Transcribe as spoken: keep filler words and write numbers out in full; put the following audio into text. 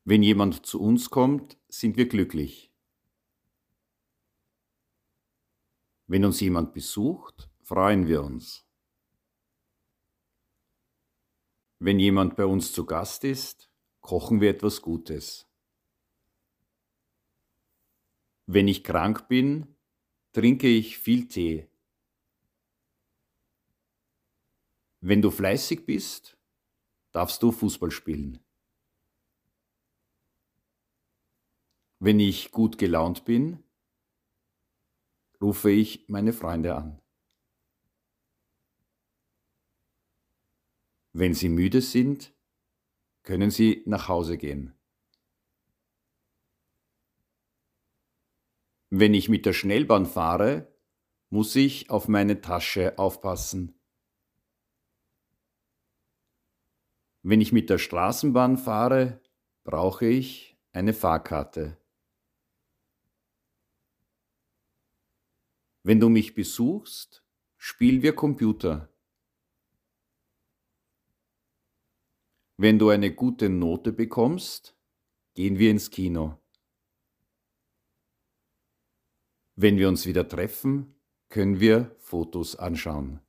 Wenn jemand zu uns kommt, sind wir glücklich. Wenn uns jemand besucht, freuen wir uns. Wenn jemand bei uns zu Gast ist, kochen wir etwas Gutes. Wenn ich krank bin, trinke ich viel Tee. Wenn du fleißig bist, darfst du Fußball spielen. Wenn ich gut gelaunt bin, rufe ich meine Freunde an. Wenn sie müde sind, können sie nach Hause gehen. Wenn ich mit der Schnellbahn fahre, muss ich auf meine Tasche aufpassen. Wenn ich mit der Straßenbahn fahre, brauche ich eine Fahrkarte. Wenn du mich besuchst, spielen wir Computer. Wenn du eine gute Note bekommst, gehen wir ins Kino. Wenn wir uns wieder treffen, können wir Fotos anschauen.